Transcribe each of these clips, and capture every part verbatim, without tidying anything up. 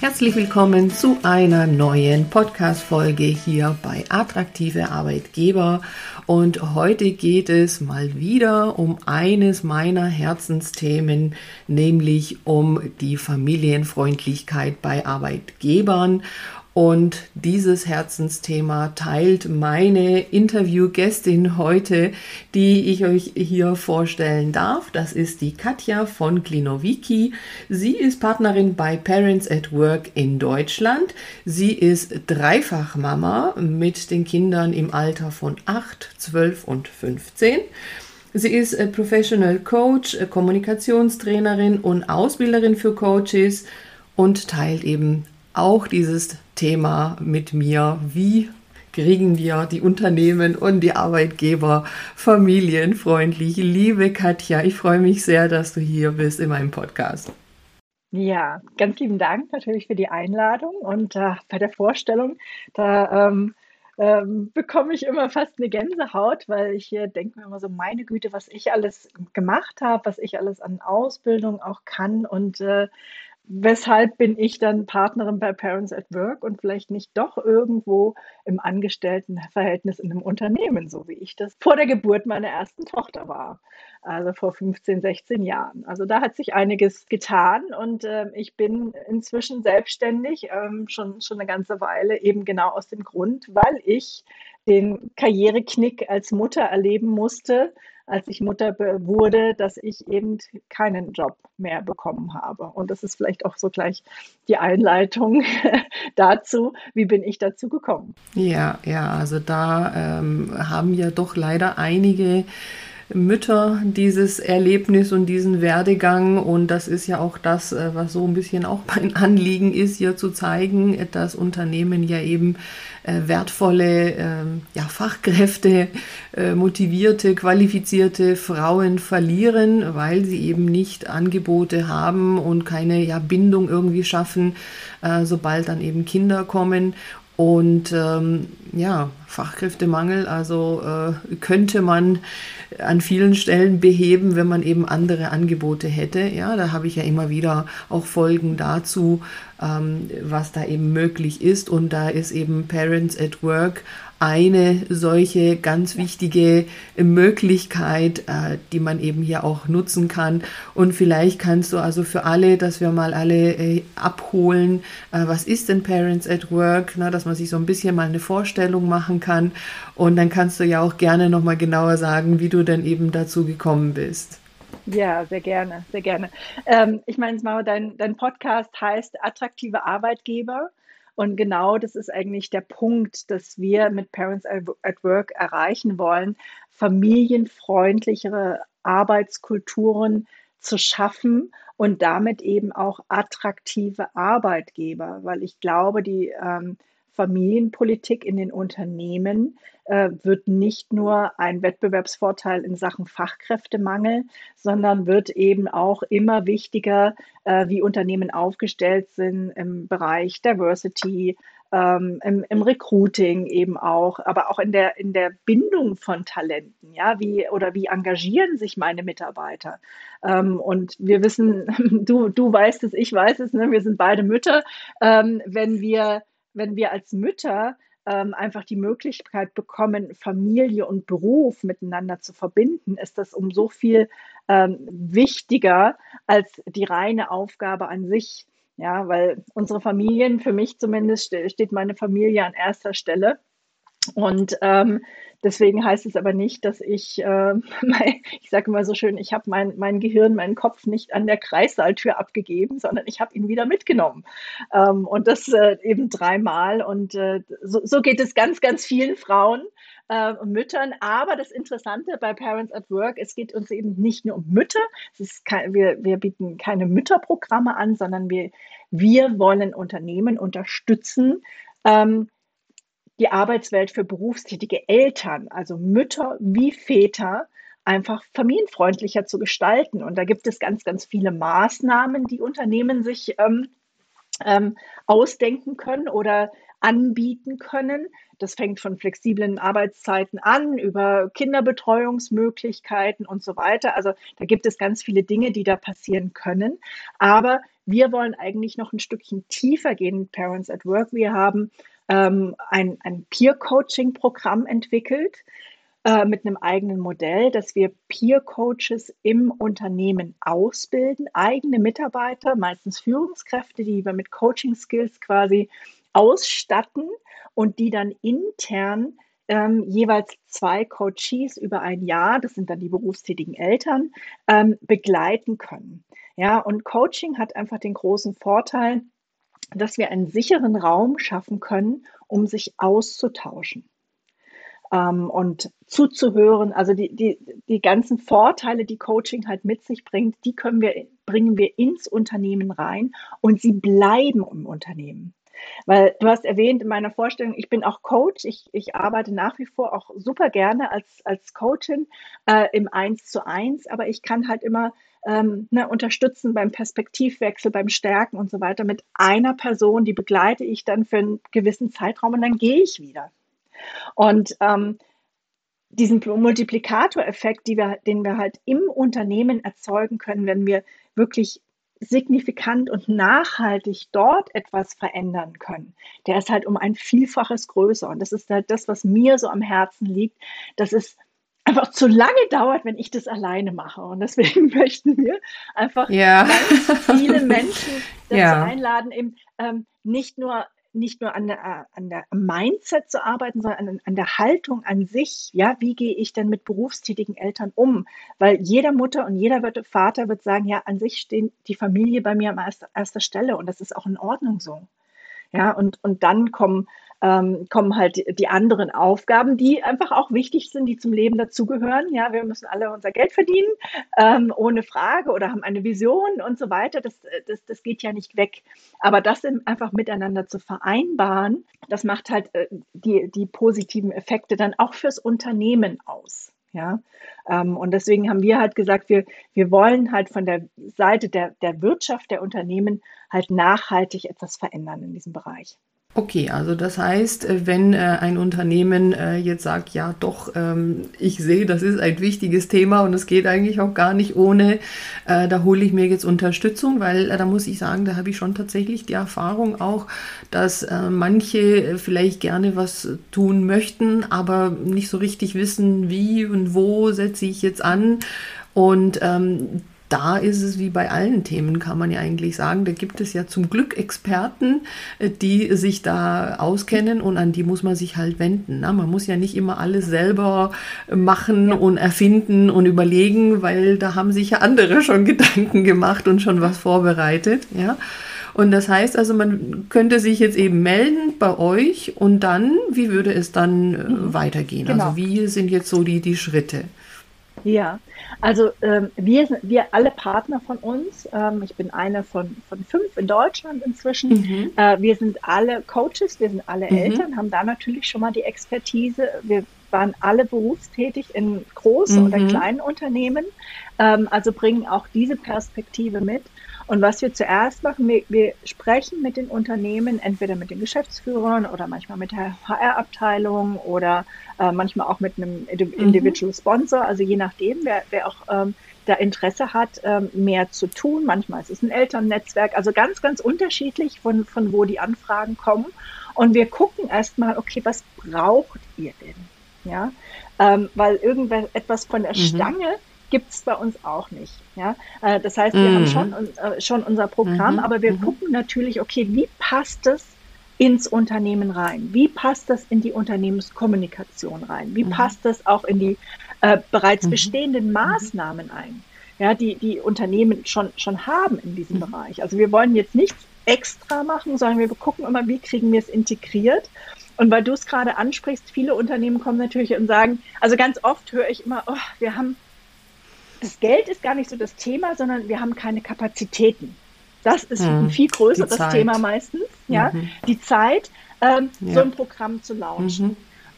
Herzlich willkommen zu einer neuen Podcast-Folge hier bei Attraktive Arbeitgeber. Und heute geht es mal wieder um eines meiner Herzensthemen, nämlich um die Familienfreundlichkeit bei Arbeitgebern. Und dieses Herzensthema teilt meine Interviewgästin heute, die ich euch hier vorstellen darf. Das ist die Katja von Klinoviki. Sie ist Partnerin bei Parents at Work in Deutschland. Sie ist Dreifachmama mit den Kindern im Alter von acht, zwölf und fünfzehn. Sie ist Professional Coach, Kommunikationstrainerin und Ausbilderin für Coaches und teilt eben auch dieses Thema mit mir. Wie kriegen wir die Unternehmen und die Arbeitgeber familienfreundlich? Liebe Katja, ich freue mich sehr, dass du hier bist in meinem Podcast. Ja, ganz lieben Dank natürlich für die Einladung und äh, bei der Vorstellung, da ähm, ähm, bekomme ich immer fast eine Gänsehaut, weil ich hier denke mir immer so, meine Güte, was ich alles gemacht habe, was ich alles an Ausbildung auch kann und äh, weshalb bin ich dann Partnerin bei Parents at Work und vielleicht nicht doch irgendwo im Angestelltenverhältnis in einem Unternehmen, so wie ich das vor der Geburt meiner ersten Tochter war, also vor fünfzehn, sechzehn Jahren. Also da hat sich einiges getan und äh, ich bin inzwischen selbstständig, ähm, schon, schon eine ganze Weile, eben genau aus dem Grund, weil ich den Karriereknick als Mutter erleben musste, als ich Mutter wurde, dass ich eben keinen Job mehr bekommen habe. Und das ist vielleicht auch so gleich die Einleitung dazu, wie bin ich dazu gekommen. Ja, ja, also da ähm, haben ja doch leider einige Mütter dieses Erlebnis und diesen Werdegang, und das ist ja auch das, was so ein bisschen auch mein Anliegen ist, hier zu zeigen, dass Unternehmen ja eben äh, wertvolle äh, ja, Fachkräfte, äh, motivierte, qualifizierte Frauen verlieren, weil sie eben nicht Angebote haben und keine ja, Bindung irgendwie schaffen, äh, sobald dann eben Kinder kommen. Und ähm, ja, Fachkräftemangel, also äh, könnte man an vielen Stellen beheben, wenn man eben andere Angebote hätte. Ja, da habe ich ja immer wieder auch Folgen dazu, ähm, was da eben möglich ist. Und da ist eben Parents at Work eine solche ganz wichtige Möglichkeit, äh, die man eben hier auch nutzen kann. Und vielleicht kannst du also für alle, dass wir mal alle äh, abholen, äh, was ist denn Parents at Work, na, dass man sich so ein bisschen mal eine Vorstellung machen kann. Und dann kannst du ja auch gerne nochmal genauer sagen, wie du denn eben dazu gekommen bist. Ja, sehr gerne, sehr gerne. Ähm, ich meine, Mara, dein, dein Podcast heißt Attraktive Arbeitgeber. Und genau das ist eigentlich der Punkt, dass wir mit Parents at Work erreichen wollen, familienfreundlichere Arbeitskulturen zu schaffen und damit eben auch attraktive Arbeitgeber, weil ich glaube, die ähm, Familienpolitik in den Unternehmen äh, wird nicht nur ein Wettbewerbsvorteil in Sachen Fachkräftemangel, sondern wird eben auch immer wichtiger, äh, wie Unternehmen aufgestellt sind im Bereich Diversity, ähm, im, im Recruiting eben auch, aber auch in der, in der Bindung von Talenten, ja, wie oder wie engagieren sich meine Mitarbeiter? Ähm, und wir wissen, du, du weißt es, ich weiß es, ne? Wir sind beide Mütter. Ähm, wenn wir, wenn wir als Mütter ähm, einfach die Möglichkeit bekommen, Familie und Beruf miteinander zu verbinden, ist das um so viel ähm, wichtiger als die reine Aufgabe an sich. Ja, weil unsere Familien, für mich zumindest, steht meine Familie an erster Stelle. Und ähm, deswegen heißt es aber nicht, dass ich, äh, mein, ich sage immer so schön, ich habe mein, mein Gehirn, meinen Kopf nicht an der Kreissaaltür abgegeben, sondern ich habe ihn wieder mitgenommen. Ähm, und das äh, eben dreimal. Und äh, so, so geht es ganz, ganz vielen Frauen äh, und Müttern. Aber das Interessante bei Parents at Work, es geht uns eben nicht nur um Mütter. Es ist kein, wir, wir bieten keine Mütterprogramme an, sondern wir, wir wollen Unternehmen unterstützen, ähm, die Arbeitswelt für berufstätige Eltern, also Mütter wie Väter, einfach familienfreundlicher zu gestalten. Und da gibt es ganz, ganz viele Maßnahmen, die Unternehmen sich ähm, ähm, ausdenken können oder anbieten können. Das fängt von flexiblen Arbeitszeiten an, über Kinderbetreuungsmöglichkeiten und so weiter. Also da gibt es ganz viele Dinge, die da passieren können. Aber wir wollen eigentlich noch ein Stückchen tiefer gehen mit Parents at Work. Wir haben ähm, ein, ein Peer-Coaching-Programm entwickelt, äh, mit einem eigenen Modell, dass wir Peer-Coaches im Unternehmen ausbilden, eigene Mitarbeiter, meistens Führungskräfte, die wir mit Coaching-Skills quasi ausstatten und die dann intern ähm, jeweils zwei Coaches über ein Jahr, das sind dann die berufstätigen Eltern, ähm, begleiten können. Ja, und Coaching hat einfach den großen Vorteil, dass wir einen sicheren Raum schaffen können, um sich auszutauschen ähm, und zuzuhören. Also die, die, die ganzen Vorteile, die Coaching halt mit sich bringt, die können wir, bringen wir ins Unternehmen rein und sie bleiben im Unternehmen. Weil du hast erwähnt in meiner Vorstellung, ich bin auch Coach, ich, ich arbeite nach wie vor auch super gerne als, als Coachin äh, im Eins zu eins, aber ich kann halt immer ähm, ne, unterstützen beim Perspektivwechsel, beim Stärken und so weiter mit einer Person, die begleite ich dann für einen gewissen Zeitraum und dann gehe ich wieder. Und ähm, diesen Multiplikatoreffekt, die wir, den wir halt im Unternehmen erzeugen können, wenn wir wirklich signifikant und nachhaltig dort etwas verändern können, der ist halt um ein Vielfaches größer. Und das ist halt das, was mir so am Herzen liegt, dass es einfach zu lange dauert, wenn ich das alleine mache. Und deswegen möchten wir einfach Ja. ganz viele Menschen dazu Ja. einladen, eben ähm, nicht nur nicht nur an der, an der Mindset zu arbeiten, sondern an, an der Haltung an sich. Ja, wie gehe ich denn mit berufstätigen Eltern um? Weil jeder Mutter und jeder Vater wird sagen, ja, an sich steht die Familie bei mir an erster, erster Stelle und das ist auch in Ordnung so. Ja, und, und dann kommen, ähm, kommen halt die, die anderen Aufgaben, die einfach auch wichtig sind, die zum Leben dazugehören. Ja, wir müssen alle unser Geld verdienen, ähm, ohne Frage, oder haben eine Vision und so weiter. Das, das, das geht ja nicht weg. Aber das einfach miteinander zu vereinbaren, das macht halt äh, die, die positiven Effekte dann auch fürs Unternehmen aus. Ja, ähm, und deswegen haben wir halt gesagt, wir, wir wollen halt von der Seite der, der Wirtschaft, der Unternehmen halt nachhaltig etwas verändern in diesem Bereich. Okay, also das heißt, äh, wenn äh, ein Unternehmen äh, jetzt sagt, ja doch, ähm, ich sehe, das ist ein wichtiges Thema und es geht eigentlich auch gar nicht ohne, äh, da hole ich mir jetzt Unterstützung, weil äh, da muss ich sagen, da habe ich schon tatsächlich die Erfahrung auch, dass äh, manche äh, vielleicht gerne was tun möchten, aber nicht so richtig wissen, wie und wo setze ich jetzt an. Und ähm, da ist es wie bei allen Themen, kann man ja eigentlich sagen, da gibt es ja zum Glück Experten, die sich da auskennen und an die muss man sich halt wenden. Ne? Man muss ja nicht immer alles selber machen Ja. und erfinden und überlegen, weil da haben sich ja andere schon Gedanken gemacht und schon was vorbereitet. Ja? Und das heißt also, man könnte sich jetzt eben melden bei euch und dann, wie würde es dann äh, Mhm. weitergehen? Genau. Also wie sind jetzt so die, die Schritte? Ja, also ähm, wir, sind- wir alle Partner von uns, ähm, ich bin eine von, von fünf in Deutschland inzwischen, Mhm. äh, wir sind alle Coaches, wir sind alle Mhm. Eltern, haben da natürlich schon mal die Expertise. Wir waren alle berufstätig in großen oder Mhm. kleinen Unternehmen, ähm, also bringen auch diese Perspektive mit. Und was wir zuerst machen, wir, wir sprechen mit den Unternehmen, entweder mit den Geschäftsführern oder manchmal mit der H R-Abteilung oder äh, manchmal auch mit einem Indi- Mhm. Individual Sponsor, also je nachdem, wer, wer auch ähm, da Interesse hat, ähm, mehr zu tun. Manchmal ist es ein Elternnetzwerk, also ganz, ganz unterschiedlich, von, von wo die Anfragen kommen. Und wir gucken erstmal, okay, was braucht ihr denn? Ja, ähm, weil irgendetwas von der Mhm. Stange gibt es bei uns auch nicht. Ja? Äh, Das heißt, wir haben schon, Mhm. un- äh, schon unser Programm, Mhm. aber wir Mhm. gucken natürlich, okay, wie passt es ins Unternehmen rein? Wie passt das in die Unternehmenskommunikation rein? Wie Mhm. passt das auch in die äh, bereits Mhm. bestehenden Mhm. Maßnahmen ein, ja, die die Unternehmen schon, schon haben in diesem Mhm. Bereich? Also wir wollen jetzt nichts extra machen, sondern wir gucken immer, wie kriegen wir es integriert. Und weil du es gerade ansprichst, viele Unternehmen kommen natürlich und sagen, also ganz oft höre ich immer, oh, wir haben das Geld ist gar nicht so das Thema, sondern wir haben keine Kapazitäten. Das ist ein Mhm. viel Die größeres Thema Zeit. meistens, ja, Mhm. die Zeit, ähm, so Ja. ein Programm zu launchen. Mhm.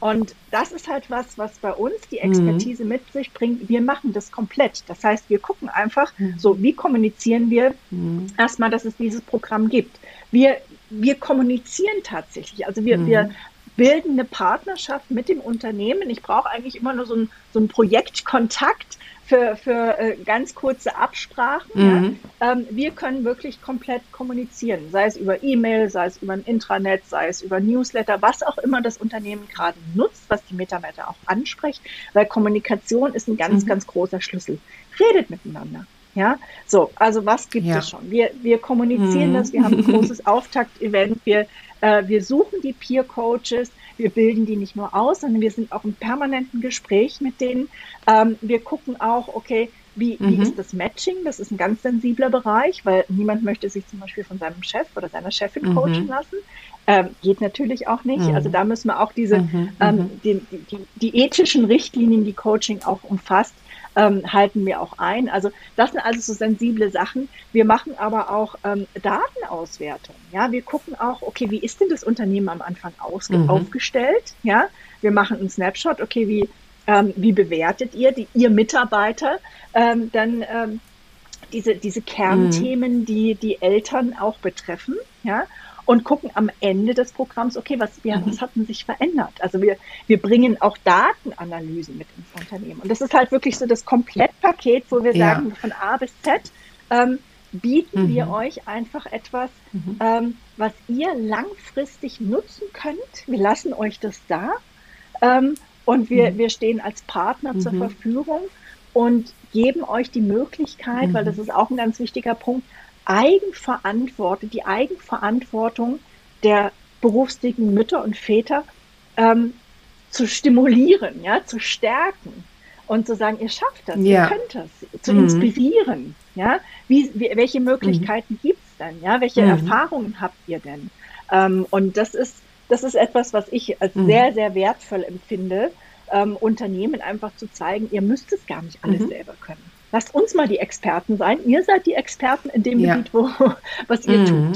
Und das ist halt was, was bei uns die Mhm. Expertise mit sich bringt. Wir machen das komplett. Das heißt, wir gucken einfach, so Mhm. wie kommunizieren wir Mhm. erstmal, dass es dieses Programm gibt. Wir, wir kommunizieren tatsächlich. Also wir, wir Mhm. bilden eine Partnerschaft mit dem Unternehmen. Ich brauche eigentlich immer nur so einen, so einen Projektkontakt für, für äh, ganz kurze Absprachen. Ja? Mhm. Ähm, wir können wirklich komplett kommunizieren, sei es über E-Mail, sei es über ein Intranet, sei es über Newsletter, was auch immer das Unternehmen gerade nutzt, was die Mitarbeiter auch anspricht, weil Kommunikation ist ein ganz, Mhm. ganz großer Schlüssel. Redet miteinander. Ja, so, also was gibt es Ja. schon? Wir, wir kommunizieren das, wir haben ein Mhm. großes Auftaktevent, wir, äh, wir suchen die Peer Coaches, wir bilden die nicht nur aus, sondern wir sind auch im permanenten Gespräch mit denen. Ähm, wir gucken auch, okay, wie, wie Mhm. ist das Matching? Das ist ein ganz sensibler Bereich, weil niemand möchte sich zum Beispiel von seinem Chef oder seiner Chefin coachen Mhm. lassen. Ähm, geht natürlich auch nicht. Also Mhm. da müssen wir auch diese Mhm. ähm, Mhm. die, die, die ethischen Richtlinien, die Coaching auch umfasst, ähm, halten wir auch ein. Also das sind also so sensible Sachen. Wir machen aber auch ähm, Datenauswertung. Ja, wir gucken auch, okay, wie ist denn das Unternehmen am Anfang ausge Mhm. aufgestellt? Ja, wir machen einen Snapshot. Okay, wie ähm, wie bewertet ihr, die, ihr Mitarbeiter, ähm, dann ähm, diese, diese Mhm. Kernthemen, die die Eltern auch betreffen, ja, und gucken am Ende des Programms, okay, was, wir, was Mhm. hat denn sich verändert? Also wir, wir bringen auch Datenanalysen mit ins Unternehmen. Und das ist halt wirklich so das Komplettpaket, wo wir Ja. sagen, von A bis Z ähm, bieten wir Mhm. euch einfach etwas, Mhm. ähm, was ihr langfristig nutzen könnt. Wir lassen euch das da. Ähm, und wir, Mhm. wir stehen als Partner zur Mhm. Verfügung und geben euch die Möglichkeit, weil das Mhm. ist auch ein ganz wichtiger Punkt, Eigenverantwortung, die Eigenverantwortung der berufstätigen Mütter und Väter ähm, zu stimulieren, ja, zu stärken und zu sagen, ihr schafft das, ihr Ja. könnt das, zu Mhm. inspirieren, ja, wie, wie, welche Mhm. Möglichkeiten gibt's denn, ja, welche Mhm. Erfahrungen habt ihr denn? Ähm, und das ist, das ist etwas, was ich als Mhm. sehr, sehr wertvoll empfinde, ähm, Unternehmen einfach zu zeigen, ihr müsst es gar nicht alles Mhm. selber können. Lasst uns mal die Experten sein. Ihr seid die Experten in dem Ja. Gebiet, wo, was ihr Mhm. tut.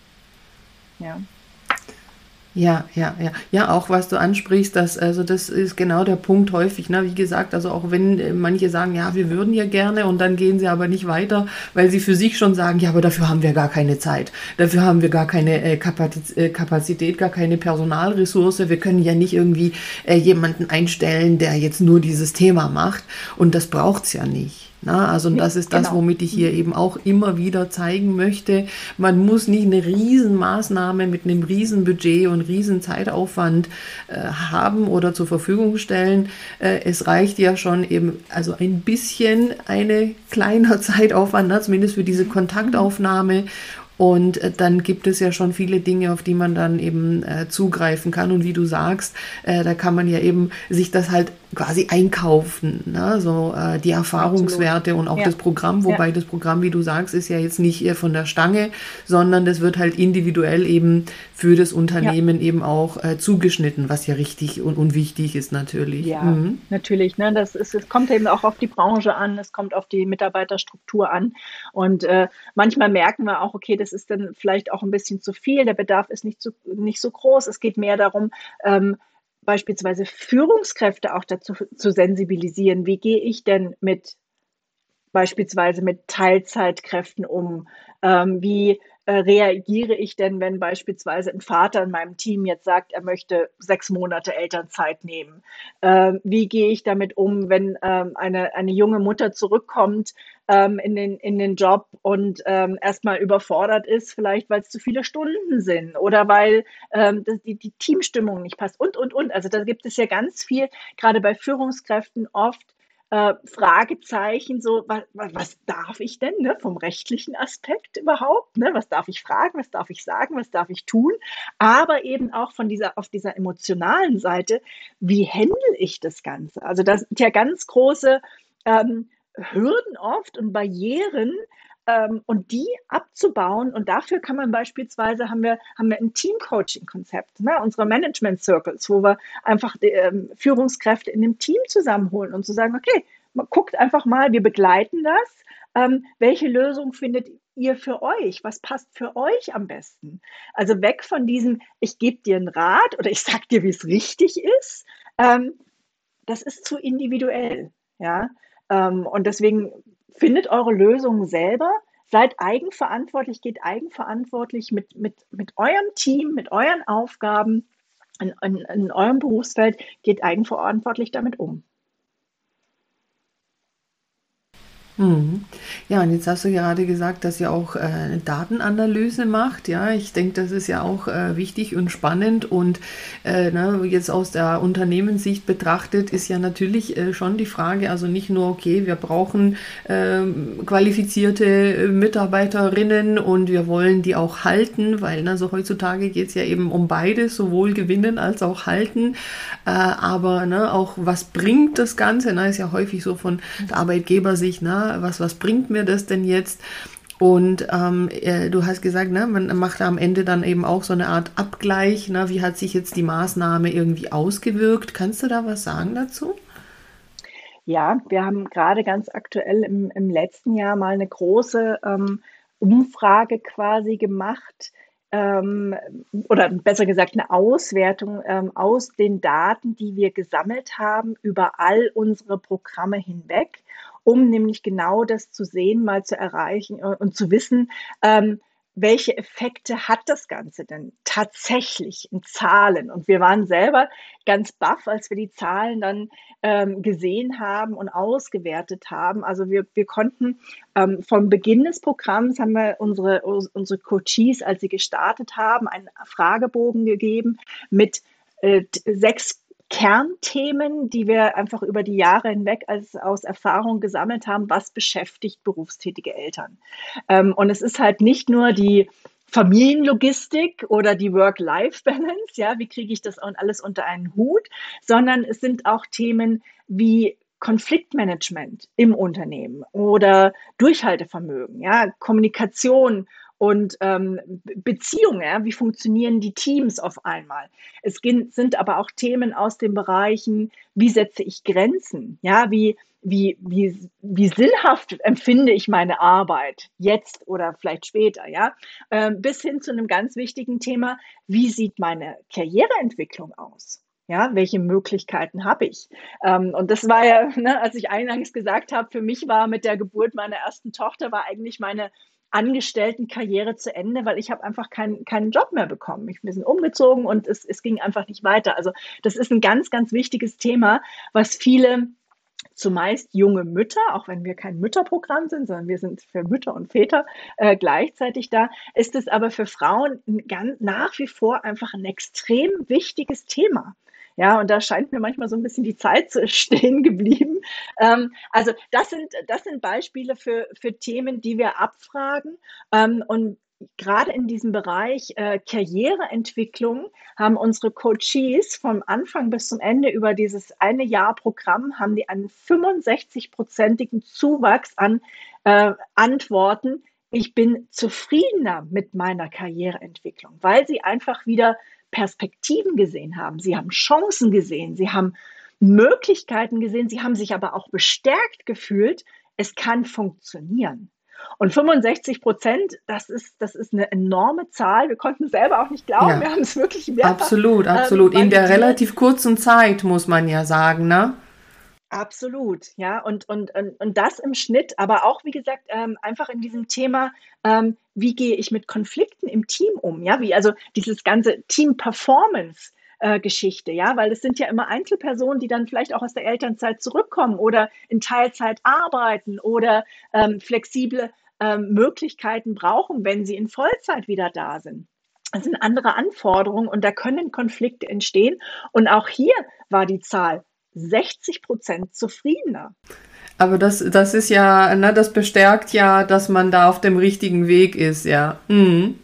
Ja. Ja, ja, ja. Ja, auch was du ansprichst, das, also das ist genau der Punkt häufig, ne? Wie gesagt, also auch wenn äh, manche sagen, ja, wir würden ja gerne und dann gehen sie aber nicht weiter, weil sie für sich schon sagen, ja, aber dafür haben wir gar keine Zeit. Dafür haben wir gar keine äh, Kapaziz äh, Kapazität, gar keine Personalressource. Wir können ja nicht irgendwie äh, jemanden einstellen, der jetzt nur dieses Thema macht und das braucht's ja nicht. Na, also Nee, das ist das, genau. womit ich hier Mhm. eben auch immer wieder zeigen möchte. Man muss nicht eine Riesenmaßnahme mit einem Riesenbudget und riesen Zeitaufwand äh, haben oder zur Verfügung stellen. Äh, es reicht ja schon eben, also ein bisschen eine kleiner Zeitaufwand, ne, zumindest für diese Mhm. Mhm. Kontaktaufnahme. Und äh, dann gibt es ja schon viele Dinge, auf die man dann eben äh, zugreifen kann. Und wie du sagst, äh, da kann man ja eben sich das halt quasi einkaufen, ne? So äh, die Absolut. Erfahrungswerte und auch Ja. das Programm, Ja. wobei das Programm, wie du sagst, ist ja jetzt nicht eher von der Stange, sondern das wird halt individuell eben für das Ja. Unternehmen eben auch äh, zugeschnitten, was ja richtig und, und wichtig ist natürlich. Ja, Mhm. natürlich. Ne? Das ist, es kommt eben auch auf die Branche an, es kommt auf die Mitarbeiterstruktur an. Und äh, manchmal merken wir auch, okay, das ist dann vielleicht auch ein bisschen zu viel, der Bedarf ist nicht, zu, nicht so groß. Es geht mehr darum, ähm, beispielsweise Führungskräfte auch dazu zu sensibilisieren. Wie gehe ich denn mit beispielsweise mit Teilzeitkräften um? Ähm, wie äh, reagiere ich denn, wenn beispielsweise ein Vater in meinem Team jetzt sagt, er möchte sechs Monate Elternzeit nehmen? Ähm, wie gehe ich damit um, wenn ähm, eine, eine junge Mutter zurückkommt ähm, in, den, in den Job und ähm, erstmal überfordert ist, vielleicht weil es zu viele Stunden sind oder weil ähm, das, die, die Teamstimmung nicht passt und, und, und. Also da gibt es ja ganz viel, gerade bei Führungskräften oft, äh, Fragezeichen, so, was, was darf ich denn, ne, vom rechtlichen Aspekt überhaupt, ne, was darf ich fragen, was darf ich sagen, was darf ich tun, aber eben auch von dieser, auf dieser emotionalen Seite, wie handle ich das Ganze? Also das sind ja ganz große ähm, Hürden oft und Barrieren, ähm, und die abzubauen. Und dafür kann man beispielsweise, haben wir, haben wir ein Team-Coaching-Konzept, ne? Unsere Management-Circles, wo wir einfach die, ähm, Führungskräfte in dem Team zusammenholen und zu sagen, okay, man guckt einfach mal, wir begleiten das. Ähm, welche Lösung findet ihr für euch? Was passt für euch am besten? Also weg von diesem, ich gebe dir einen Rat oder ich sag dir, wie es richtig ist. Ähm, das ist zu individuell, ja. Ähm, und deswegen findet eure Lösungen selber, seid eigenverantwortlich, geht eigenverantwortlich mit, mit, mit eurem Team, mit euren Aufgaben in, in, in eurem Berufsfeld, geht eigenverantwortlich damit um. Mhm. Ja, und jetzt hast du gerade gesagt, dass ihr auch äh, eine Datenanalyse macht. Ja, ich denke, das ist ja auch äh, wichtig und spannend. Und äh, ne, jetzt aus der Unternehmenssicht betrachtet, ist ja natürlich äh, schon die Frage, also nicht nur, okay, wir brauchen ähm, qualifizierte äh, Mitarbeiterinnen und wir wollen die auch halten, weil also heutzutage geht es ja eben um beides, sowohl gewinnen als auch halten. Äh, aber ne, auch was bringt das Ganze? Ne, ist ja häufig so von der Arbeitgebersicht, ne, was, was bringt mir das denn jetzt? Und ähm, äh, du hast gesagt, ne, man macht am Ende dann eben auch so eine Art Abgleich. Ne, wie hat sich jetzt die Maßnahme irgendwie ausgewirkt? Kannst du da was sagen dazu? Ja, wir haben gerade ganz aktuell im, im letzten Jahr mal eine große ähm, Umfrage quasi gemacht, ähm, oder besser gesagt eine Auswertung ähm, aus den Daten, die wir gesammelt haben über all unsere Programme hinweg, um nämlich genau das zu sehen, mal zu erreichen äh, und zu wissen, ähm, welche Effekte hat das Ganze denn tatsächlich in Zahlen? Und wir waren selber ganz baff, als wir die Zahlen dann ähm, gesehen haben und ausgewertet haben. Also wir, wir konnten ähm, vom Beginn des Programms haben wir unsere, unsere Coaches, als sie gestartet haben, einen Fragebogen gegeben mit äh, sechs Kernthemen, die wir einfach über die Jahre hinweg als, aus Erfahrung gesammelt haben, was beschäftigt berufstätige Eltern. Ähm, und es ist halt nicht nur die Familienlogistik oder die Work-Life-Balance, ja, wie kriege ich das alles unter einen Hut, sondern es sind auch Themen wie Konfliktmanagement im Unternehmen oder Durchhaltevermögen, ja, Kommunikation und ähm, Beziehungen, ja, wie funktionieren die Teams auf einmal. Es sind aber auch Themen aus den Bereichen, wie setze ich Grenzen, ja, wie wie, wie, wie sinnhaft empfinde ich meine Arbeit jetzt oder vielleicht später, ja, ähm, bis hin zu einem ganz wichtigen Thema, wie sieht meine Karriereentwicklung aus? Ja, welche Möglichkeiten habe ich? Ähm, und das war ja, ne, als ich eingangs gesagt habe, für mich war mit der Geburt meiner ersten Tochter war eigentlich meine Angestelltenkarriere zu Ende, weil ich habe einfach keinen keinen Job mehr bekommen. Ich, wir sind umgezogen und es, es ging einfach nicht weiter. Also das ist ein ganz, ganz wichtiges Thema, was viele zumeist junge Mütter, auch wenn wir kein Mütterprogramm sind, sondern wir sind für Mütter und Väter äh, gleichzeitig da, ist es aber für Frauen ganz, nach wie vor einfach ein extrem wichtiges Thema. Ja, und da scheint mir manchmal so ein bisschen die Zeit stehen geblieben. Ähm, also das sind, das sind Beispiele für, für Themen, die wir abfragen. Ähm, und gerade in diesem Bereich äh, Karriereentwicklung haben unsere Coaches vom Anfang bis zum Ende über dieses eine Jahr Programm haben die einen fünfundsechzig-prozentigen Zuwachs an äh, Antworten. Ich bin zufriedener mit meiner Karriereentwicklung, weil sie einfach wieder Perspektiven gesehen haben. Sie haben Chancen gesehen. Sie haben Möglichkeiten gesehen. Sie haben sich aber auch bestärkt gefühlt. Es kann funktionieren. Und fünfundsechzig Prozent, das ist, das ist eine enorme Zahl. Wir konnten es selber auch nicht glauben. Ja, Wir haben es wirklich mehrfach absolut, ähm, absolut. In der validiert. relativ kurzen Zeit, muss man ja sagen, ne? Absolut, ja. Und, und, und, und das im Schnitt, aber auch, wie gesagt, ähm, einfach in diesem Thema, ähm, wie gehe ich mit Konflikten im Team um? Ja, wie also dieses ganze Team-Performance. Äh, Geschichte, ja, weil es sind ja immer Einzelpersonen, die dann vielleicht auch aus der Elternzeit zurückkommen oder in Teilzeit arbeiten oder ähm, flexible ähm, Möglichkeiten brauchen, wenn sie in Vollzeit wieder da sind. Das sind andere Anforderungen und da können Konflikte entstehen. Und auch hier war die Zahl sechzig Prozent zufriedener. Aber das, das ist ja, ne, das bestärkt ja, dass man da auf dem richtigen Weg ist, ja. Mhm.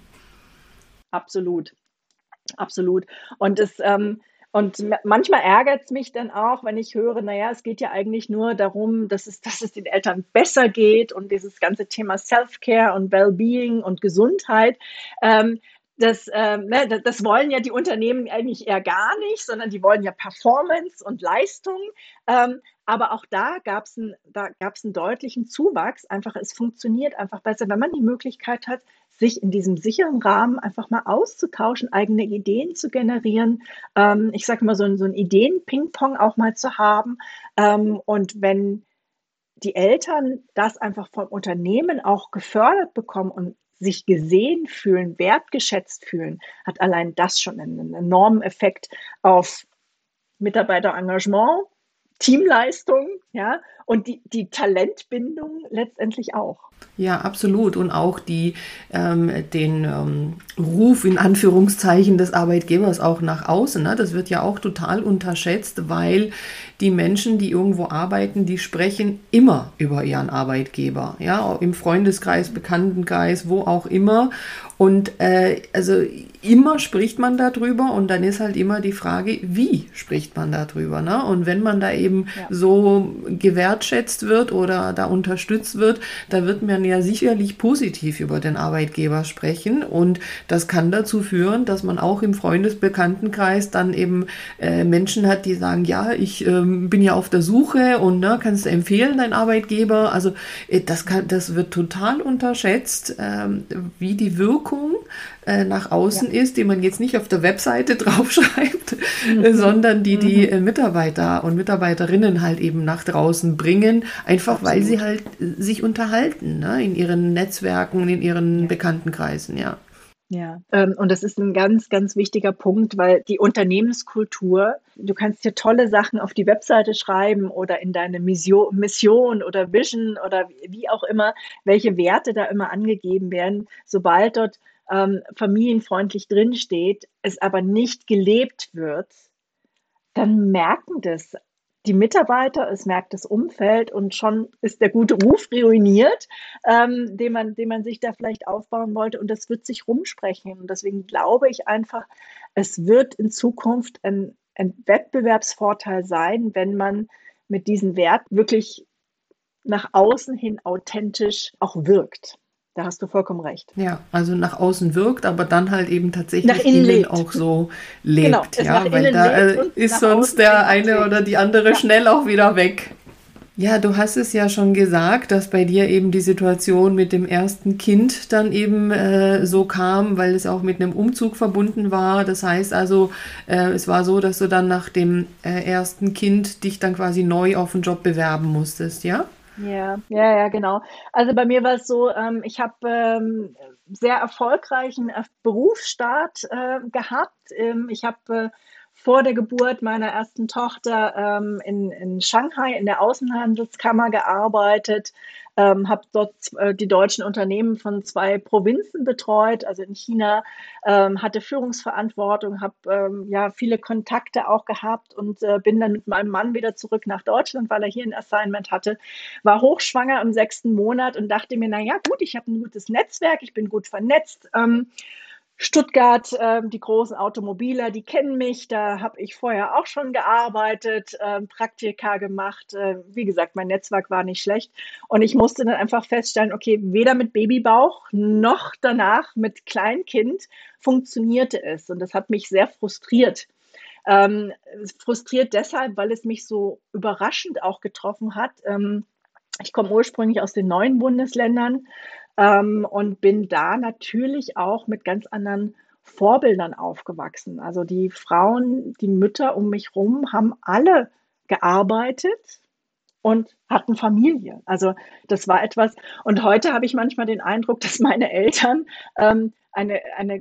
Absolut, absolut. Und es, ähm, und manchmal ärgert es mich dann auch, wenn ich höre, naja, es geht ja eigentlich nur darum, dass es, dass es den Eltern besser geht und dieses ganze Thema Self-Care und Wellbeing und Gesundheit. Ähm, Das, ähm, ne, das, das wollen ja die Unternehmen eigentlich eher gar nicht, sondern die wollen ja Performance und Leistung. Ähm, aber auch da gab es einen, da gab's einen deutlichen Zuwachs. Einfach, es funktioniert einfach besser, wenn man die Möglichkeit hat, sich in diesem sicheren Rahmen einfach mal auszutauschen, eigene Ideen zu generieren. Ähm, ich sage mal, so ein, so ein Ideen-Ping-Pong auch mal zu haben. Ähm, und wenn die Eltern das einfach vom Unternehmen auch gefördert bekommen und sich gesehen fühlen, wertgeschätzt fühlen, hat allein das schon einen enormen Effekt auf Mitarbeiterengagement, Teamleistung, ja, und die, die Talentbindung letztendlich auch. Ja, absolut. Und auch die, ähm, den ähm, Ruf in Anführungszeichen des Arbeitgebers auch nach außen. Ne? Das wird ja auch total unterschätzt, weil die Menschen, die irgendwo arbeiten, die sprechen immer über ihren Arbeitgeber. Ja, auch im Freundeskreis, Bekanntenkreis, wo auch immer. Und äh, also immer spricht man darüber und dann ist halt immer die Frage, wie spricht man darüber, ne? Und wenn man da eben ja. so gewertschätzt wird oder da unterstützt wird, da wird man ja sicherlich positiv über den Arbeitgeber sprechen und das kann dazu führen, dass man auch im Freundesbekanntenkreis dann eben äh, Menschen hat, die sagen, ja, ich ähm, bin ja auf der Suche und ne, kannst du empfehlen, dein Arbeitgeber, also äh, das kann, das wird total unterschätzt, ähm, wie die Wirkung nach außen ja. ist, die man jetzt nicht auf der Webseite draufschreibt, mhm. sondern die die mhm. Mitarbeiter und Mitarbeiterinnen halt eben nach draußen bringen, einfach Absolut. Weil sie halt sich unterhalten, ne, in ihren Netzwerken, in ihren ja. Bekanntenkreisen, ja. Ja, ähm, und das ist ein ganz, ganz wichtiger Punkt, weil die Unternehmenskultur, du kannst hier tolle Sachen auf die Webseite schreiben oder in deine Mission, Mission oder Vision oder wie auch immer, welche Werte da immer angegeben werden, sobald dort ähm, familienfreundlich drinsteht, es aber nicht gelebt wird, dann merken das die Mitarbeiter, es merkt das Umfeld und schon ist der gute Ruf ruiniert, ähm, den man, den man sich da vielleicht aufbauen wollte und das wird sich rumsprechen. Und deswegen glaube ich einfach, es wird in Zukunft ein, ein Wettbewerbsvorteil sein, wenn man mit diesen Werten wirklich nach außen hin authentisch auch wirkt. Da hast du vollkommen recht. Ja, also nach außen wirkt, aber dann halt eben tatsächlich nach innen, innen auch so lebt. Genau, ja, weil da ist sonst der eine oder die andere ja. schnell auch wieder weg. Ja, du hast es ja schon gesagt, dass bei dir eben die Situation mit dem ersten Kind dann eben äh, so kam, weil es auch mit einem Umzug verbunden war. Das heißt also, äh, es war so, dass du dann nach dem äh, ersten Kind dich dann quasi neu auf einen Job bewerben musstest, ja? Ja, ja, ja, genau. Also bei mir war es so, ähm, ich habe ähm, sehr erfolgreichen Berufsstart äh, gehabt. Ähm, ich habe äh, vor der Geburt meiner ersten Tochter ähm, in, in Shanghai in der Außenhandelskammer gearbeitet, ähm, habe dort äh, die deutschen Unternehmen von zwei Provinzen betreut, also in China, ähm, hatte Führungsverantwortung, habe ähm, ja viele Kontakte auch gehabt und äh, bin dann mit meinem Mann wieder zurück nach Deutschland, weil er hier ein Assignment hatte, war hochschwanger im sechsten Monat und dachte mir, na ja, gut, ich habe ein gutes Netzwerk, ich bin gut vernetzt, ähm, Stuttgart, äh, die großen Automobiler, die kennen mich, da habe ich vorher auch schon gearbeitet, äh, Praktika gemacht. Äh, wie gesagt, mein Netzwerk war nicht schlecht. Und ich musste dann einfach feststellen, okay, weder mit Babybauch noch danach mit Kleinkind funktionierte es. Und das hat mich sehr frustriert. Ähm, frustriert deshalb, weil es mich so überraschend auch getroffen hat. Ähm, ich komme ursprünglich aus den neuen Bundesländern. Ähm, und bin da natürlich auch mit ganz anderen Vorbildern aufgewachsen. Also die Frauen, die Mütter um mich rum haben alle gearbeitet und hatten Familie. Also das war etwas. Und heute habe ich manchmal den Eindruck, dass meine Eltern ähm, eine, eine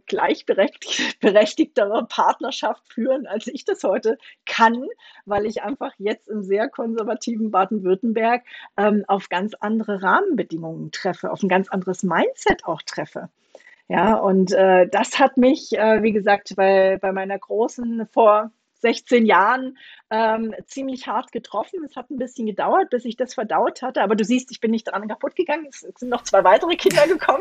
gleichberechtigtere Partnerschaft führen, als ich das heute kann, weil ich einfach jetzt im sehr konservativen Baden-Württemberg ähm, auf ganz andere Rahmenbedingungen treffe, auf ein ganz anderes Mindset auch treffe. Ja, und äh, das hat mich, äh, wie gesagt, bei, bei meiner Großen vor sechzehn Jahren ähm, ziemlich hart getroffen. Es hat ein bisschen gedauert, bis ich das verdaut hatte. Aber du siehst, ich bin nicht daran kaputt gegangen. Es sind noch zwei weitere Kinder gekommen.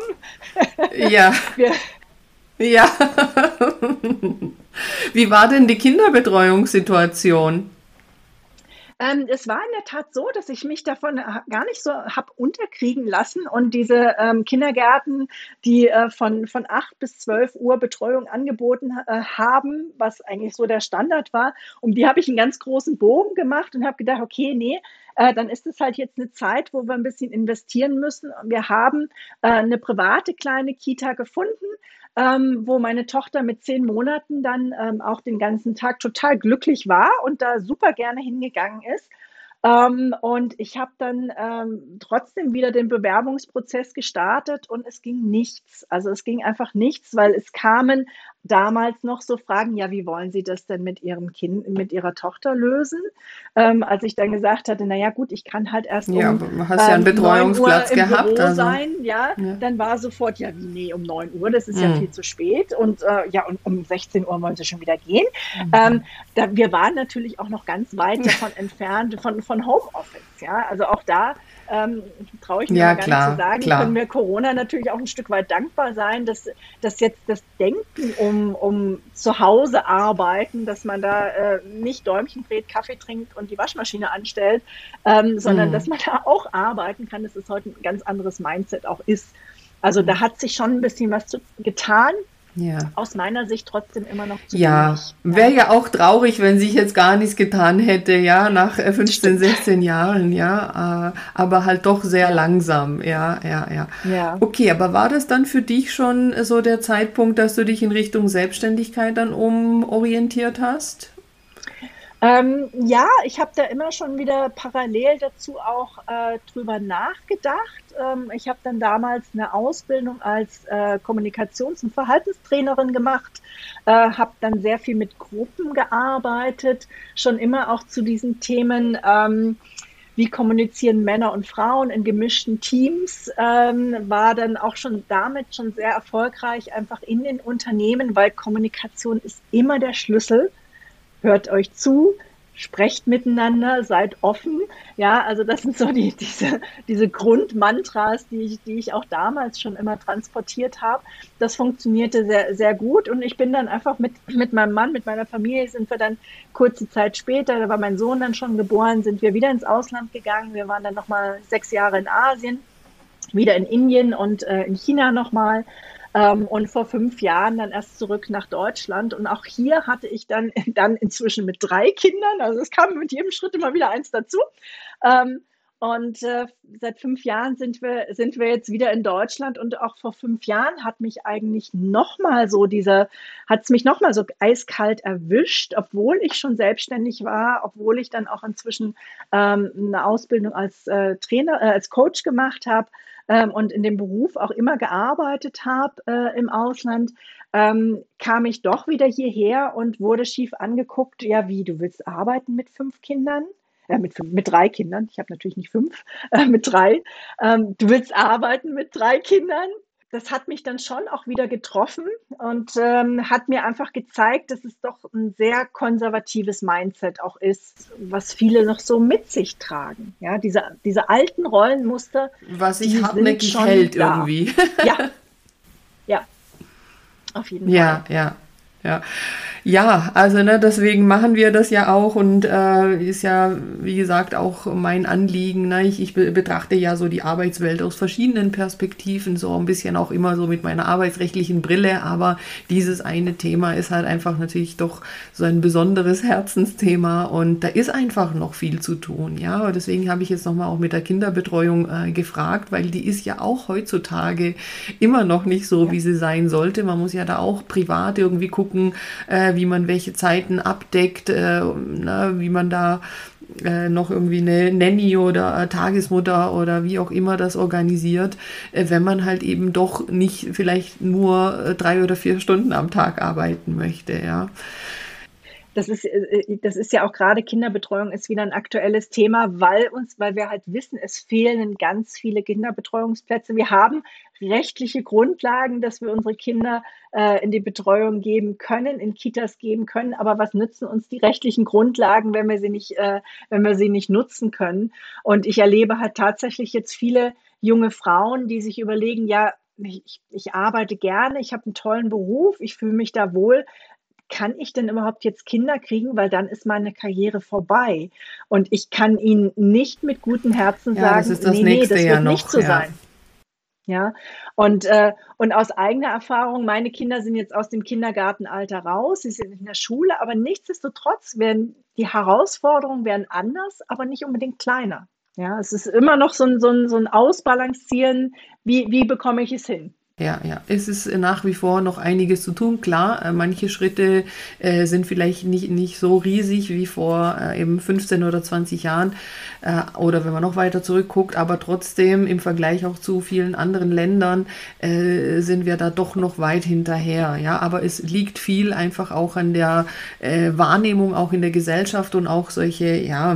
Ja. Wir, ja. Wie war denn die Kinderbetreuungssituation? Ähm, es war in der Tat so, dass ich mich davon ha gar nicht so habe unterkriegen lassen und diese, ähm, Kindergärten, die, äh, von von acht bis zwölf Uhr Betreuung angeboten, äh, haben, was eigentlich so der Standard war, um die habe ich einen ganz großen Bogen gemacht und habe gedacht: „Okay, nee, äh, dann ist es halt jetzt eine Zeit, wo wir ein bisschen investieren müssen.“ Und wir haben, äh, 'ne private kleine Kita gefunden, ähm, wo meine Tochter mit zehn Monaten dann, ähm, auch den ganzen Tag total glücklich war und da super gerne hingegangen ist. Ähm, und ich habe dann, ähm, trotzdem wieder den Bewerbungsprozess gestartet und es ging nichts. Also, es ging einfach nichts, weil es kamen damals noch so Fragen: „Ja, wie wollen Sie das denn mit Ihrem Kind mit Ihrer Tochter lösen?“ Ähm, als ich dann gesagt hatte: „Na ja, gut, ich kann halt erst Ja, um, aber du hast ja einen ähm, neun Uhr Betreuungsplatz im gehabt, Büro also. sein“, ja, Ja. dann war sofort: „Ja, wie, ne, um neun Uhr, das ist ja Hm. viel zu spät und, äh, ja, und um sechzehn Uhr wollen Sie schon wieder gehen?“ Ähm, Mhm. da wir waren natürlich auch noch ganz weit davon entfernt von von Homeoffice, ja? Also, auch da, ähm, traue ich mir Ja, mal gar nicht zu klar, sagen, können klar. wir Corona natürlich auch ein Stück weit dankbar sein, dass dass jetzt das Denken um um zu Hause arbeiten, dass man da, äh, nicht Däumchen dreht, Kaffee trinkt und die Waschmaschine anstellt, ähm, sondern dass Hm. man da auch arbeiten kann, dass es heute ein ganz anderes Mindset auch ist. Also, da hat sich schon ein bisschen was zu getan, Ja. aus meiner Sicht trotzdem immer noch zu Ja, wenig, wäre ja. ja auch traurig, wenn sich jetzt gar nichts getan hätte, ja, nach äh, fünfzehn, Stimmt. sechzehn Jahren, ja, äh, aber halt doch sehr Ja, langsam, ja, ja, ja. ja. Okay, aber war das dann für dich schon so der Zeitpunkt, dass du dich in Richtung Selbstständigkeit dann umorientiert hast? Ähm, ja, ich habe da immer schon wieder parallel dazu auch, äh, drüber nachgedacht. Ähm, ich habe dann damals eine Ausbildung als, äh, Kommunikations- und Verhaltenstrainerin gemacht, äh, habe dann sehr viel mit Gruppen gearbeitet, schon immer auch zu diesen Themen, ähm, wie kommunizieren Männer und Frauen in gemischten Teams, ähm, war dann auch schon damit schon sehr erfolgreich einfach in den Unternehmen, weil Kommunikation ist immer der Schlüssel. Hört euch zu, sprecht miteinander, seid offen. Ja, also das sind so die, diese, diese Grundmantras, die ich, die ich auch damals schon immer transportiert habe. Das funktionierte sehr, sehr gut. Und ich bin dann einfach mit, mit meinem Mann, mit meiner Familie sind wir dann kurze Zeit später, da war mein Sohn dann schon geboren, sind wir wieder ins Ausland gegangen. Wir waren dann nochmal sechs Jahre in Asien, wieder in Indien und äh, in China nochmal. Ähm, und vor fünf Jahren dann erst zurück nach Deutschland. Und auch hier hatte ich dann, dann inzwischen mit drei Kindern, also es kam mit jedem Schritt immer wieder eins dazu. Ähm, und äh, seit fünf Jahren sind wir, sind wir jetzt wieder in Deutschland und auch vor fünf Jahren hat mich eigentlich nochmal so dieser, hat es mich nochmal so eiskalt erwischt, obwohl ich schon selbstständig war, obwohl ich dann auch inzwischen ähm, eine Ausbildung als äh, Trainer, äh, als Coach gemacht habe ähm, und in dem Beruf auch immer gearbeitet habe äh, im Ausland, ähm, kam ich doch wieder hierher und wurde schief angeguckt. Ja, wie, du willst arbeiten mit fünf Kindern? Äh, mit, fünf, mit drei Kindern, ich habe natürlich nicht fünf, äh, mit drei. Ähm, du willst arbeiten mit drei Kindern? Das hat mich dann schon auch wieder getroffen und ähm, hat mir einfach gezeigt, dass es doch ein sehr konservatives Mindset auch ist, was viele noch so mit sich tragen. Ja, diese, diese alten Rollenmuster, Was sich die sind hartnäckig schon hält da. irgendwie. Ja, ja, auf jeden Ja, Fall. ja, ja. Ja, also ne, deswegen machen wir das ja auch und äh, ist ja, wie gesagt, auch mein Anliegen. Ne? Ich, ich be betrachte ja so die Arbeitswelt aus verschiedenen Perspektiven, so ein bisschen auch immer so mit meiner arbeitsrechtlichen Brille, aber dieses eine Thema ist halt einfach natürlich doch so ein besonderes Herzensthema und da ist einfach noch viel zu tun. Ja, und deswegen habe ich jetzt nochmal auch mit der Kinderbetreuung äh, gefragt, weil die ist ja auch heutzutage immer noch nicht so, Ja. wie sie sein sollte. Man muss ja da auch privat irgendwie gucken, äh, wie man welche Zeiten abdeckt, äh, na, wie man da äh, noch irgendwie eine Nanny oder äh, Tagesmutter oder wie auch immer das organisiert, äh, wenn man halt eben doch nicht vielleicht nur äh, drei oder vier Stunden am Tag arbeiten möchte, ja. Das ist, äh, das ist ja auch gerade Kinderbetreuung ist wieder ein aktuelles Thema, weil uns, weil wir halt wissen, es fehlen ganz viele Kinderbetreuungsplätze. Wir haben rechtliche Grundlagen, dass wir unsere Kinder äh, in die Betreuung geben können, in Kitas geben können. Aber was nützen uns die rechtlichen Grundlagen, wenn wir sie nicht, äh, wenn wir sie nicht nutzen können? Und ich erlebe halt tatsächlich jetzt viele junge Frauen, die sich überlegen, ja, ich, ich arbeite gerne, ich habe einen tollen Beruf, ich fühle mich da wohl, kann ich denn überhaupt jetzt Kinder kriegen, weil dann ist meine Karriere vorbei. Und ich kann ihnen nicht mit gutem Herzen Ja, das sagen, ist das nee, nee, nächste das ja wird nicht noch, so ja. sein. Ja, und, äh, und aus eigener Erfahrung, meine Kinder sind jetzt aus dem Kindergartenalter raus, sie sind in der Schule, aber nichtsdestotrotz werden die Herausforderungen werden anders, aber nicht unbedingt kleiner. Ja, es ist immer noch so ein, so ein, so ein Ausbalancieren, wie, wie bekomme ich es hin? Ja, ja, es ist nach wie vor noch einiges zu tun. Klar, äh, manche Schritte äh, sind vielleicht nicht, nicht so riesig wie vor äh, eben fünfzehn oder zwanzig Jahren äh, oder wenn man noch weiter zurückguckt, aber trotzdem im Vergleich auch zu vielen anderen Ländern äh, sind wir da doch noch weit hinterher. Ja, aber es liegt viel einfach auch an der äh, Wahrnehmung, auch in der Gesellschaft und auch solche, ja,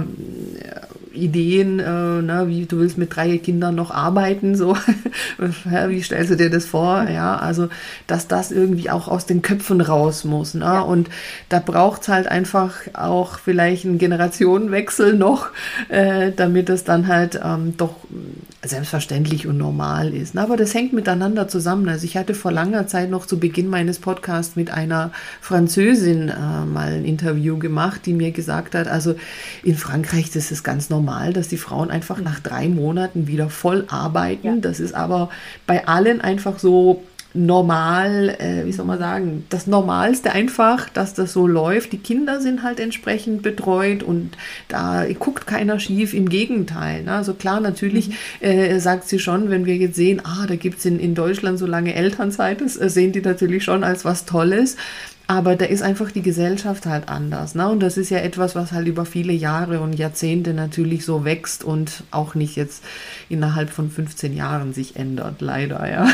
Ideen, äh, ne, wie du willst mit drei Kindern noch arbeiten, so, wie stellst du dir das vor? Ja, also, dass das irgendwie auch aus den Köpfen raus muss, ne? Ja. Und da braucht es halt einfach auch vielleicht einen Generationenwechsel noch, äh, damit es dann halt ähm, doch selbstverständlich und normal ist. Ne? Aber das hängt miteinander zusammen. Also ich hatte vor langer Zeit noch zu Beginn meines Podcasts mit einer Französin äh, mal ein Interview gemacht, die mir gesagt hat, also in Frankreich das ist ganz normal, dass die Frauen einfach nach drei Monaten wieder voll arbeiten. Ja. Das ist aber bei allen einfach so normal, äh, wie soll man sagen, das Normalste einfach, dass das so läuft. Die Kinder sind halt entsprechend betreut und da guckt keiner schief, im Gegenteil. Ne? Also klar, natürlich mhm. äh, sagt sie schon, wenn wir jetzt sehen, ah, da gibt es in, in Deutschland so lange Elternzeit, das äh, sehen die natürlich schon als was Tolles. Aber da ist einfach die Gesellschaft halt anders. Ne? Und das ist ja etwas, was halt über viele Jahre und Jahrzehnte natürlich so wächst und auch nicht jetzt innerhalb von fünfzehn Jahren sich ändert, leider. Ja,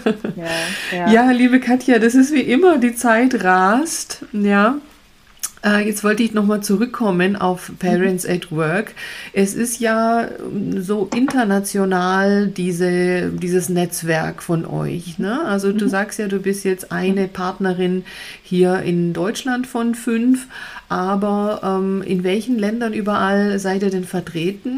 ja, ja. Ja, liebe Katja, das ist wie immer, die Zeit rast. Ja. Jetzt wollte ich nochmal zurückkommen auf Parents at Work. Es ist ja so international diese, dieses Netzwerk von euch. Ne? Also du sagst ja, du bist jetzt eine Partnerin hier in Deutschland von fünf, aber ähm, in welchen Ländern überall seid ihr denn vertreten?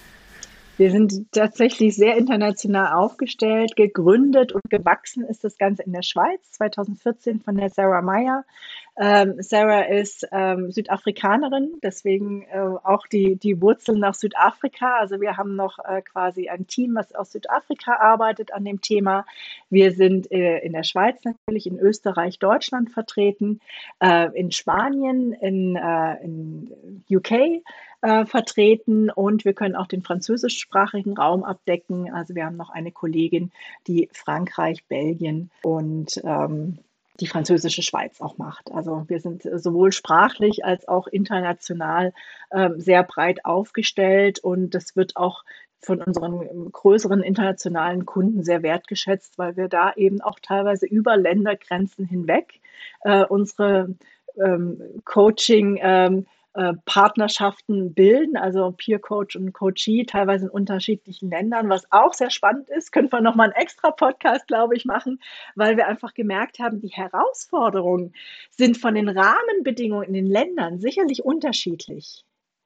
Wir sind tatsächlich sehr international aufgestellt. Gegründet und gewachsen ist das Ganze in der Schweiz, zweitausendvierzehn von der Sarah Meyer. Ähm, Sarah ist ähm, Südafrikanerin, deswegen äh, auch die, die Wurzeln nach Südafrika. Also wir haben noch äh, quasi ein Team, was aus Südafrika arbeitet an dem Thema. Wir sind äh, in der Schweiz natürlich, in Österreich, Deutschland vertreten, äh, in Spanien, in, äh, in U K äh, vertreten und wir können auch den französischsprachigen Raum abdecken. Also wir haben noch eine Kollegin, die Frankreich, Belgien und ähm, die französische Schweiz auch macht. Also wir sind sowohl sprachlich als auch international ähm, sehr breit aufgestellt und das wird auch von unseren größeren internationalen Kunden sehr wertgeschätzt, weil wir da eben auch teilweise über Ländergrenzen hinweg äh, unsere ähm, Coaching ähm, Partnerschaften bilden, also Peer Coach und Coachee, teilweise in unterschiedlichen Ländern, was auch sehr spannend ist. Können wir nochmal einen extra Podcast, glaube ich, machen, weil wir einfach gemerkt haben, die Herausforderungen sind von den Rahmenbedingungen in den Ländern sicherlich unterschiedlich,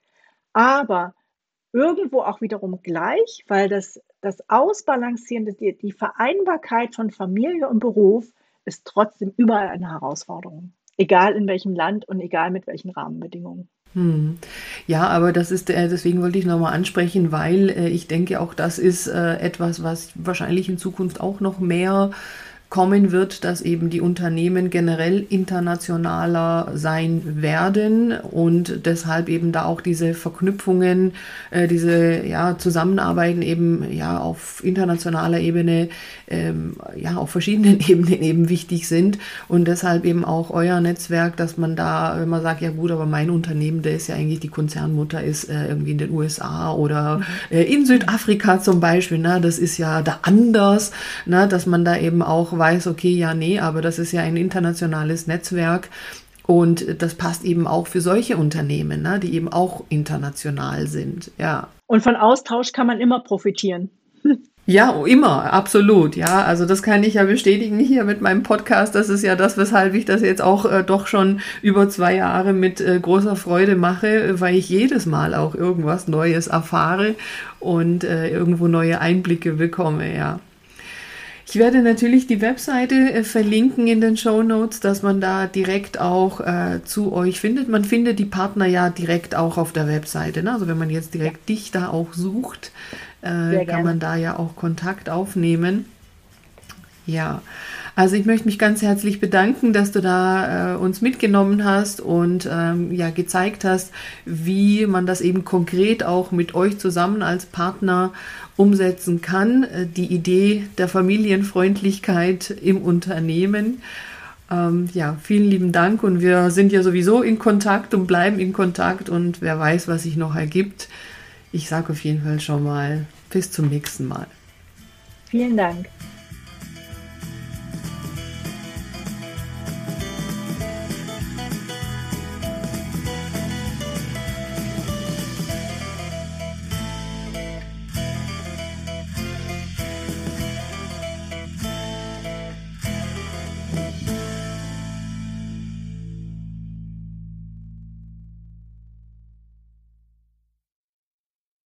aber irgendwo auch wiederum gleich, weil das, das Ausbalancieren, die, die Vereinbarkeit von Familie und Beruf ist trotzdem überall eine Herausforderung. Egal in welchem Land und egal mit welchen Rahmenbedingungen. Hm. Ja, aber das ist, äh, deswegen wollte ich nochmal ansprechen, weil äh, ich denke, auch das ist äh, etwas, was wahrscheinlich in Zukunft auch noch mehr kommen wird, dass eben die Unternehmen generell internationaler sein werden und deshalb eben da auch diese Verknüpfungen, äh, diese ja, Zusammenarbeiten eben ja auf internationaler Ebene, ähm, ja auf verschiedenen Ebenen eben wichtig sind und deshalb eben auch euer Netzwerk, dass man da, wenn man sagt, ja gut, aber mein Unternehmen, der ist ja eigentlich die Konzernmutter, ist äh, irgendwie in den U S A oder äh, in Südafrika zum Beispiel, ne, das ist ja da anders, ne, dass man da eben auch weiß, okay, ja, nee, aber das ist ja ein internationales Netzwerk und das passt eben auch für solche Unternehmen, ne, die eben auch international sind, ja. Und von Austausch kann man immer profitieren. Ja, immer, absolut, ja, also das kann ich ja bestätigen hier mit meinem Podcast, das ist ja das, weshalb ich das jetzt auch äh, doch schon über zwei Jahre mit äh, großer Freude mache, weil ich jedes Mal auch irgendwas Neues erfahre und äh, irgendwo neue Einblicke bekomme, ja. Ich werde natürlich die Webseite äh, verlinken in den Shownotes, dass man da direkt auch äh, zu euch findet. Man findet die Partner ja direkt auch auf der Webseite. Ne? Also wenn man jetzt direkt ja. dich da auch sucht, äh, kann man da ja auch Kontakt aufnehmen. Ja, also ich möchte mich ganz herzlich bedanken, dass du da äh, uns mitgenommen hast und ähm, ja gezeigt hast, wie man das eben konkret auch mit euch zusammen als Partner umsetzen kann, äh, die Idee der Familienfreundlichkeit im Unternehmen. Ähm, ja, vielen lieben Dank und wir sind ja sowieso in Kontakt und bleiben in Kontakt und wer weiß, was sich noch ergibt. Ich sage auf jeden Fall schon mal bis zum nächsten Mal. Vielen Dank.